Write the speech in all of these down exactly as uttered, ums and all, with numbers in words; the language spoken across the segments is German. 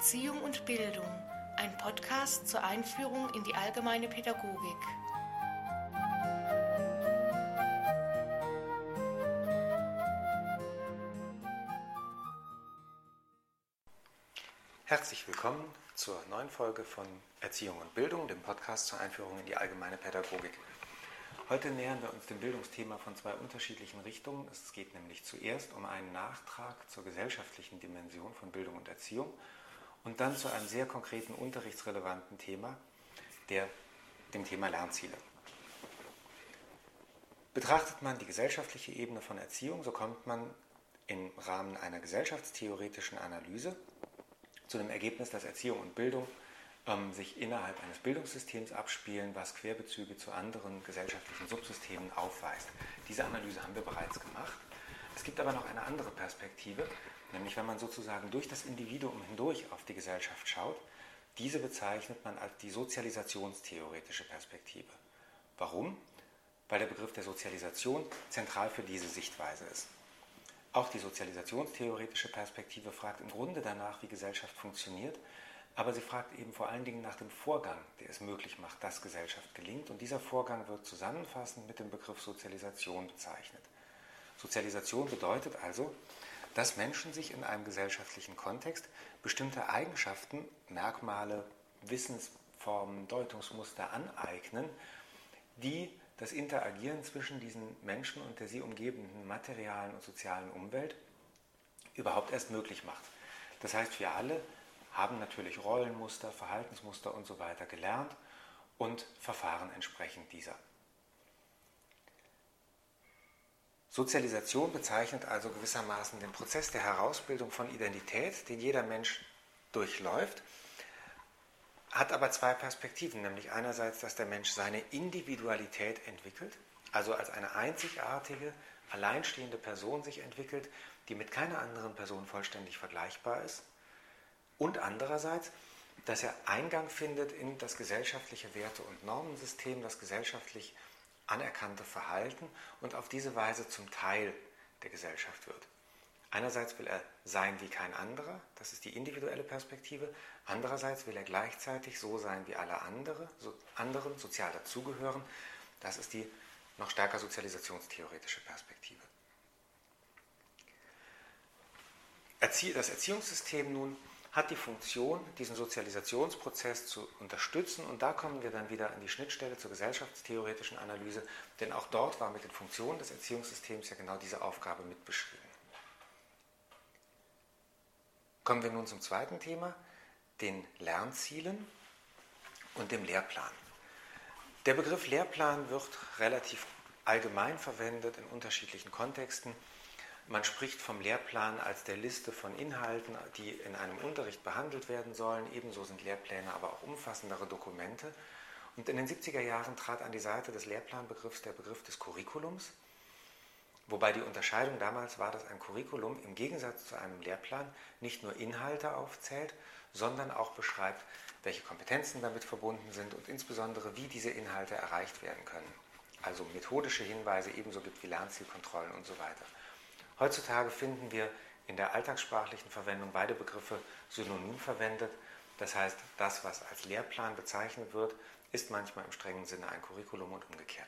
Erziehung und Bildung, ein Podcast zur Einführung in die allgemeine Pädagogik. Herzlich willkommen zur neuen Folge von Erziehung und Bildung, dem Podcast zur Einführung in die allgemeine Pädagogik. Heute nähern wir uns dem Bildungsthema von zwei unterschiedlichen Richtungen. Es geht nämlich zuerst um einen Nachtrag zur gesellschaftlichen Dimension von Bildung und Erziehung und dann zu einem sehr konkreten unterrichtsrelevanten Thema, der, dem Thema Lernziele. Betrachtet man die gesellschaftliche Ebene von Erziehung, so kommt man im Rahmen einer gesellschaftstheoretischen Analyse zu dem Ergebnis, dass Erziehung und Bildung ähm, sich innerhalb eines Bildungssystems abspielen, was Querbezüge zu anderen gesellschaftlichen Subsystemen aufweist. Diese Analyse haben wir bereits gemacht. Es gibt aber noch eine andere Perspektive, nämlich wenn man sozusagen durch das Individuum hindurch auf die Gesellschaft schaut. Diese bezeichnet man als die sozialisationstheoretische Perspektive. Warum? Weil der Begriff der Sozialisation zentral für diese Sichtweise ist. Auch die sozialisationstheoretische Perspektive fragt im Grunde danach, wie Gesellschaft funktioniert, aber sie fragt eben vor allen Dingen nach dem Vorgang, der es möglich macht, dass Gesellschaft gelingt. Und dieser Vorgang wird zusammenfassend mit dem Begriff Sozialisation bezeichnet. Sozialisation bedeutet also, dass Menschen sich in einem gesellschaftlichen Kontext bestimmte Eigenschaften, Merkmale, Wissensformen, Deutungsmuster aneignen, die das Interagieren zwischen diesen Menschen und der sie umgebenden materialen und sozialen Umwelt überhaupt erst möglich macht. Das heißt, wir alle haben natürlich Rollenmuster, Verhaltensmuster und so weiter gelernt und verfahren entsprechend dieser. Sozialisation bezeichnet also gewissermaßen den Prozess der Herausbildung von Identität, den jeder Mensch durchläuft, hat aber zwei Perspektiven, nämlich einerseits, dass der Mensch seine Individualität entwickelt, also als eine einzigartige, alleinstehende Person sich entwickelt, die mit keiner anderen Person vollständig vergleichbar ist, und andererseits, dass er Eingang findet in das gesellschaftliche Werte- und Normensystem, das gesellschaftlich anerkannte Verhalten und auf diese Weise zum Teil der Gesellschaft wird. Einerseits will er sein wie kein anderer, das ist die individuelle Perspektive. Andererseits will er gleichzeitig so sein wie alle andere, so anderen, sozial dazugehören. Das ist die noch stärker sozialisationstheoretische Perspektive. Das Erziehungssystem nun hat die Funktion, diesen Sozialisationsprozess zu unterstützen. Und da kommen wir dann wieder an die Schnittstelle zur gesellschaftstheoretischen Analyse, denn auch dort war mit den Funktionen des Erziehungssystems ja genau diese Aufgabe mit beschrieben. Kommen wir nun zum zweiten Thema, den Lernzielen und dem Lehrplan. Der Begriff Lehrplan wird relativ allgemein verwendet in unterschiedlichen Kontexten. Man spricht vom Lehrplan als der Liste von Inhalten, die in einem Unterricht behandelt werden sollen. Ebenso sind Lehrpläne aber auch umfassendere Dokumente. Und in den siebziger Jahren trat an die Seite des Lehrplanbegriffs der Begriff des Curriculums. Wobei die Unterscheidung damals war, dass ein Curriculum im Gegensatz zu einem Lehrplan nicht nur Inhalte aufzählt, sondern auch beschreibt, welche Kompetenzen damit verbunden sind und insbesondere, wie diese Inhalte erreicht werden können. Also methodische Hinweise ebenso gibt wie Lernzielkontrollen und so weiter. Heutzutage finden wir in der alltagssprachlichen Verwendung beide Begriffe synonym verwendet. Das heißt, das, was als Lehrplan bezeichnet wird, ist manchmal im strengen Sinne ein Curriculum und umgekehrt.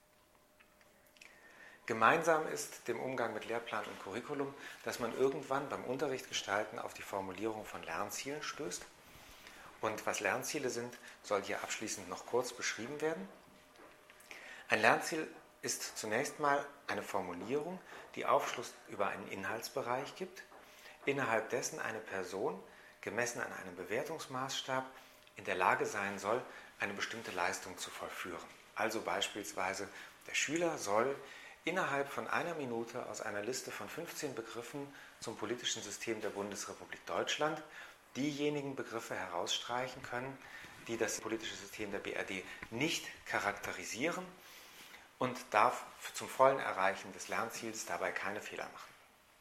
Gemeinsam ist dem Umgang mit Lehrplan und Curriculum, dass man irgendwann beim Unterricht gestalten auf die Formulierung von Lernzielen stößt. Und was Lernziele sind, soll hier abschließend noch kurz beschrieben werden. Ein Lernziel ist zunächst mal eine Formulierung, die Aufschluss über einen Inhaltsbereich gibt, innerhalb dessen eine Person, gemessen an einem Bewertungsmaßstab, in der Lage sein soll, eine bestimmte Leistung zu vollführen. Also beispielsweise, der Schüler soll innerhalb von einer Minute aus einer Liste von fünfzehn Begriffen zum politischen System der Bundesrepublik Deutschland diejenigen Begriffe herausstreichen können, die das politische System der B R D nicht charakterisieren und darf zum vollen Erreichen des Lernziels dabei keine Fehler machen.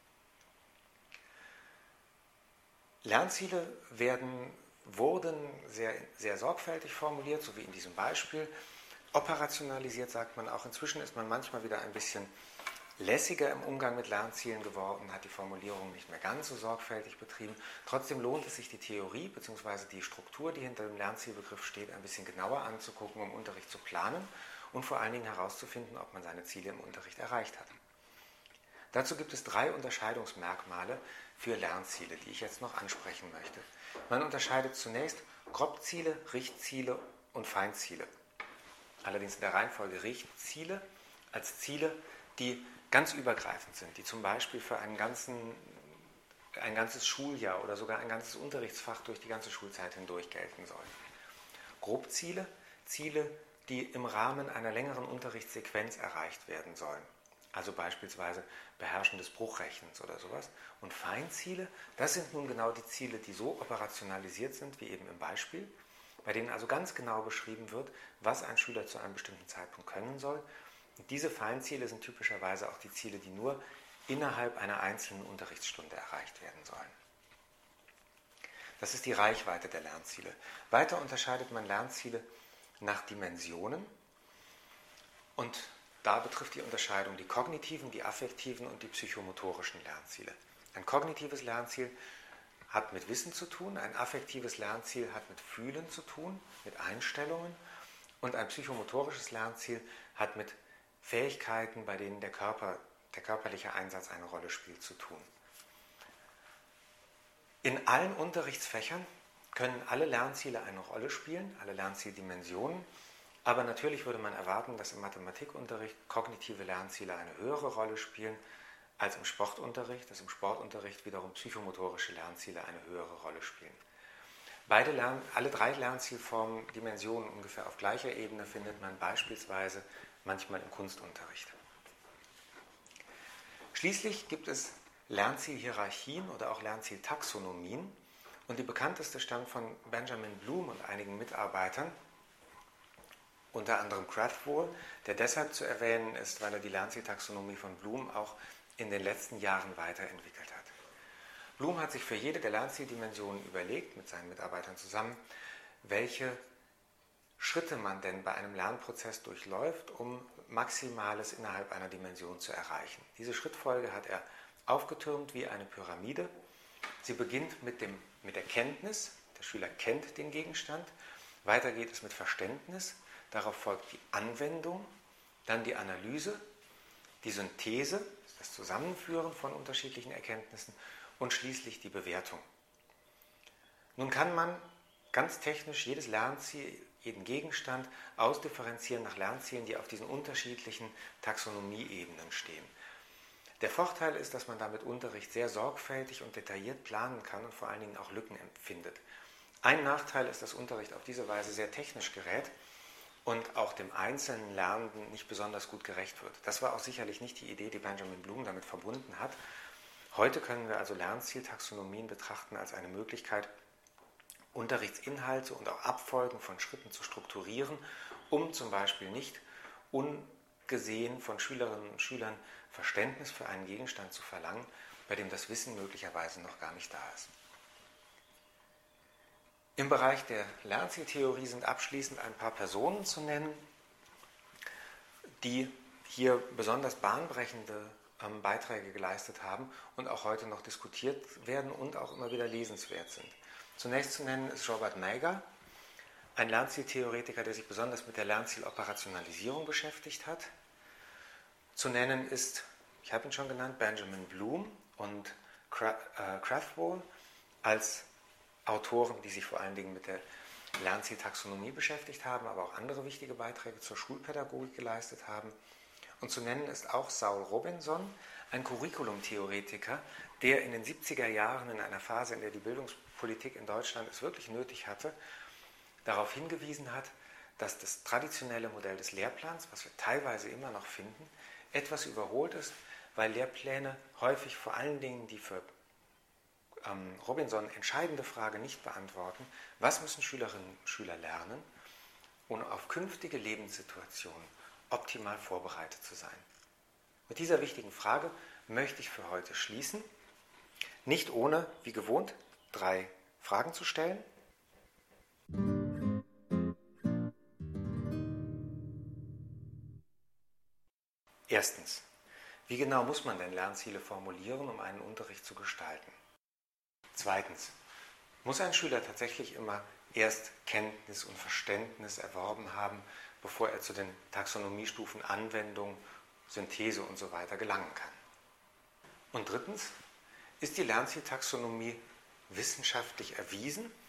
Lernziele werden, wurden sehr, sehr sorgfältig formuliert, so wie in diesem Beispiel. Operationalisiert sagt man auch. Inzwischen ist man manchmal wieder ein bisschen lässiger im Umgang mit Lernzielen geworden, hat die Formulierung nicht mehr ganz so sorgfältig betrieben. Trotzdem lohnt es sich, die Theorie bzw. die Struktur, die hinter dem Lernzielbegriff steht, ein bisschen genauer anzugucken, um Unterricht zu planen und vor allen Dingen herauszufinden, ob man seine Ziele im Unterricht erreicht hat. Dazu gibt es drei Unterscheidungsmerkmale für Lernziele, die ich jetzt noch ansprechen möchte. Man unterscheidet zunächst Grobziele, Richtziele und Feinziele. Allerdings in der Reihenfolge Richtziele als Ziele, die ganz übergreifend sind, die zum Beispiel für einen ganzen, ein ganzes Schuljahr oder sogar ein ganzes Unterrichtsfach durch die ganze Schulzeit hindurch gelten sollen. Grobziele, Ziele, die im Rahmen einer längeren Unterrichtssequenz erreicht werden sollen. Also beispielsweise Beherrschen des Bruchrechnens oder sowas. Und Feinziele, das sind nun genau die Ziele, die so operationalisiert sind, wie eben im Beispiel, bei denen also ganz genau beschrieben wird, was ein Schüler zu einem bestimmten Zeitpunkt können soll. Und diese Feinziele sind typischerweise auch die Ziele, die nur innerhalb einer einzelnen Unterrichtsstunde erreicht werden sollen. Das ist die Reichweite der Lernziele. Weiter unterscheidet man Lernziele nach Dimensionen und da betrifft die Unterscheidung die kognitiven, die affektiven und die psychomotorischen Lernziele. Ein kognitives Lernziel hat mit Wissen zu tun, ein affektives Lernziel hat mit Fühlen zu tun, mit Einstellungen und ein psychomotorisches Lernziel hat mit Fähigkeiten, bei denen der Körper, der körperliche Einsatz eine Rolle spielt, zu tun. In allen Unterrichtsfächern können alle Lernziele eine Rolle spielen, alle Lernzieldimensionen, aber natürlich würde man erwarten, dass im Mathematikunterricht kognitive Lernziele eine höhere Rolle spielen als im Sportunterricht, dass im Sportunterricht wiederum psychomotorische Lernziele eine höhere Rolle spielen. Beide Lern, alle drei Lernzielformen, Dimensionen ungefähr auf gleicher Ebene findet man beispielsweise manchmal im Kunstunterricht. Schließlich gibt es Lernzielhierarchien oder auch Lernzieltaxonomien und die bekannteste stammt von Benjamin Bloom und einigen Mitarbeitern, unter anderem Krathwohl, der deshalb zu erwähnen ist, weil er die Lernzieltaxonomie von Bloom auch in den letzten Jahren weiterentwickelt hat. Bloom hat sich für jede der Lernzieldimensionen überlegt, mit seinen Mitarbeitern zusammen, welche Schritte man denn bei einem Lernprozess durchläuft, um Maximales innerhalb einer Dimension zu erreichen. Diese Schrittfolge hat er aufgetürmt wie eine Pyramide. Sie beginnt mit, dem, mit der Kenntnis, der Schüler kennt den Gegenstand, weiter geht es mit Verständnis, darauf folgt die Anwendung, dann die Analyse, die Synthese, das Zusammenführen von unterschiedlichen Erkenntnissen und schließlich die Bewertung. Nun kann man ganz technisch jedes Lernziel, jeden Gegenstand ausdifferenzieren nach Lernzielen, die auf diesen unterschiedlichen Taxonomieebenen stehen. Der Vorteil ist, dass man damit Unterricht sehr sorgfältig und detailliert planen kann und vor allen Dingen auch Lücken empfindet. Ein Nachteil ist, dass Unterricht auf diese Weise sehr technisch gerät und auch dem einzelnen Lernenden nicht besonders gut gerecht wird. Das war auch sicherlich nicht die Idee, die Benjamin Bloom damit verbunden hat. Heute können wir also Lernzieltaxonomien betrachten als eine Möglichkeit, Unterrichtsinhalte und auch Abfolgen von Schritten zu strukturieren, um zum Beispiel nicht ungesehen von Schülerinnen und Schülern Verständnis für einen Gegenstand zu verlangen, bei dem das Wissen möglicherweise noch gar nicht da ist. Im Bereich der Lernzieltheorie sind abschließend ein paar Personen zu nennen, die hier besonders bahnbrechende ähm, Beiträge geleistet haben und auch heute noch diskutiert werden und auch immer wieder lesenswert sind. Zunächst zu nennen ist Robert Mager, ein Lernzieltheoretiker, der sich besonders mit der Lernzieloperationalisierung beschäftigt hat. Zu nennen ist, ich habe ihn schon genannt, Benjamin Bloom und Krathwohl als Autoren, die sich vor allen Dingen mit der Lernzieltaxonomie beschäftigt haben, aber auch andere wichtige Beiträge zur Schulpädagogik geleistet haben. Und zu nennen ist auch Saul Robinson, ein Curriculum-Theoretiker, der in den siebziger Jahren in einer Phase, in der die Bildungspolitik in Deutschland es wirklich nötig hatte, darauf hingewiesen hat, dass das traditionelle Modell des Lehrplans, was wir teilweise immer noch finden, etwas überholt ist, weil Lehrpläne häufig vor allen Dingen die für ähm, Robinson entscheidende Frage nicht beantworten, was müssen Schülerinnen und Schüler lernen, um auf künftige Lebenssituationen optimal vorbereitet zu sein. Mit dieser wichtigen Frage möchte ich für heute schließen, nicht ohne, wie gewohnt, drei Fragen zu stellen. Erstens, Wie genau muss man denn Lernziele formulieren, um einen Unterricht zu gestalten? Zweitens, muss ein Schüler tatsächlich immer erst Kenntnis und Verständnis erworben haben, bevor er zu den Taxonomiestufen Anwendung, Synthese und so weiter gelangen kann? Und drittens, ist die Lernzieltaxonomie wissenschaftlich erwiesen